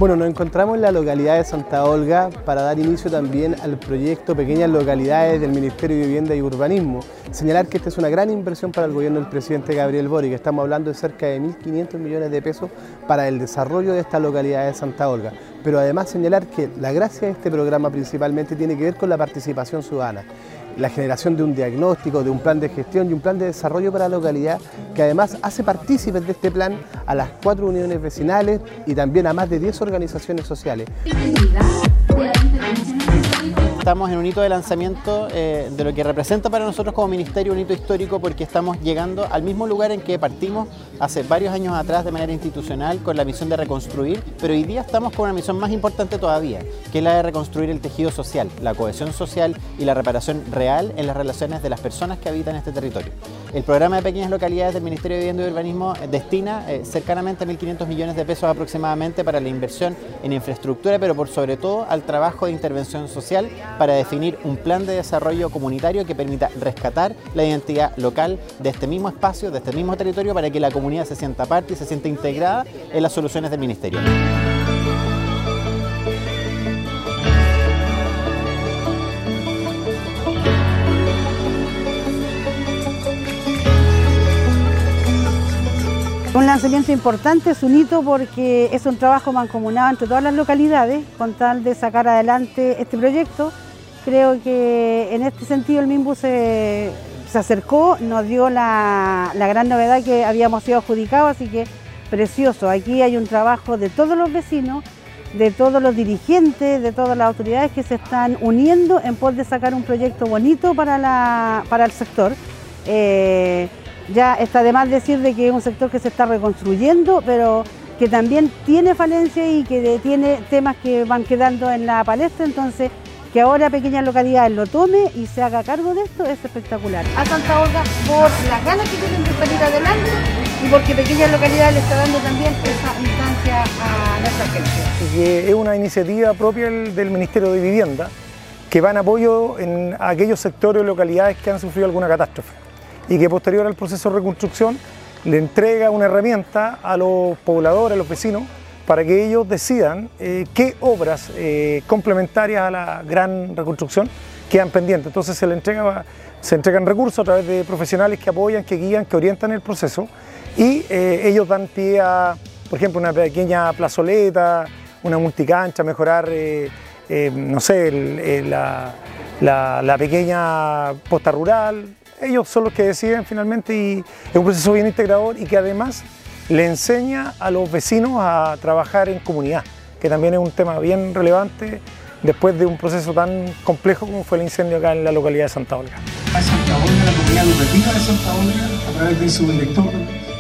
Bueno, nos encontramos en la localidad de Santa Olga para dar inicio también al proyecto Pequeñas Localidades del Ministerio de Vivienda y Urbanismo. Señalar que esta es una gran inversión para el gobierno del presidente Gabriel Boric. Estamos hablando de cerca de 1.500 millones de pesos para el desarrollo de esta localidad de Santa Olga. Pero además señalar que la gracia de este programa principalmente tiene que ver con la participación ciudadana, la generación de un diagnóstico, de un plan de gestión y un plan de desarrollo para la localidad, que además hace partícipes de este plan a las 4 uniones vecinales y también a más de 10 organizaciones sociales. Estamos en un hito de lanzamiento de lo que representa para nosotros como ministerio un hito histórico, porque estamos llegando al mismo lugar en que partimos hace varios años atrás de manera institucional con la misión de reconstruir, pero hoy día estamos con una misión más importante todavía, que es la de reconstruir el tejido social, la cohesión social y la reparación real en las relaciones de las personas que habitan este territorio. El programa de Pequeñas Localidades del Ministerio de Vivienda y Urbanismo destina cercanamente 1.500 millones de pesos aproximadamente para la inversión en infraestructura, pero por sobre todo al trabajo de intervención social para definir un plan de desarrollo comunitario que permita rescatar la identidad local de este mismo espacio, de este mismo territorio, para que la comunidad se sienta parte y se sienta integrada en las soluciones del ministerio. Un lanzamiento importante, es un hito porque es un trabajo mancomunado entre todas las localidades con tal de sacar adelante este proyecto. Creo que en este sentido el MIMBU se acercó, nos dio la gran novedad que habíamos sido adjudicados, así que precioso. Aquí hay un trabajo de todos los vecinos, de todos los dirigentes, de todas las autoridades que se están uniendo en pos de sacar un proyecto bonito para el sector. Ya está de más decir de que es un sector que se está reconstruyendo, pero que también tiene falencias y que tiene temas que van quedando en la palestra, entonces que ahora Pequeñas Localidades lo tome y se haga cargo de esto es espectacular. A Santa Olga por las ganas que tienen de salir adelante y porque Pequeñas Localidades le está dando también esa instancia a nuestra gente. Es una iniciativa propia del Ministerio de Vivienda que va en apoyo en aquellos sectores o localidades que han sufrido alguna catástrofe y que posterior al proceso de reconstrucción le entrega una herramienta a los pobladores, a los vecinos, para que ellos decidan qué obras complementarias a la gran reconstrucción quedan pendientes. Entonces se entregan recursos a través de profesionales que apoyan, que guían, que orientan el proceso y ellos dan pie a, por ejemplo, una pequeña plazoleta, una multicancha, mejorar, no sé, la pequeña posta rural. Ellos son los que deciden finalmente y es un proceso bien integrador y que además le enseña a los vecinos a trabajar en comunidad, que también es un tema bien relevante después de un proceso tan complejo como fue el incendio acá en la localidad de Santa Olga. Santa Olga, la comunidad educativa de Santa Olga, a través de su director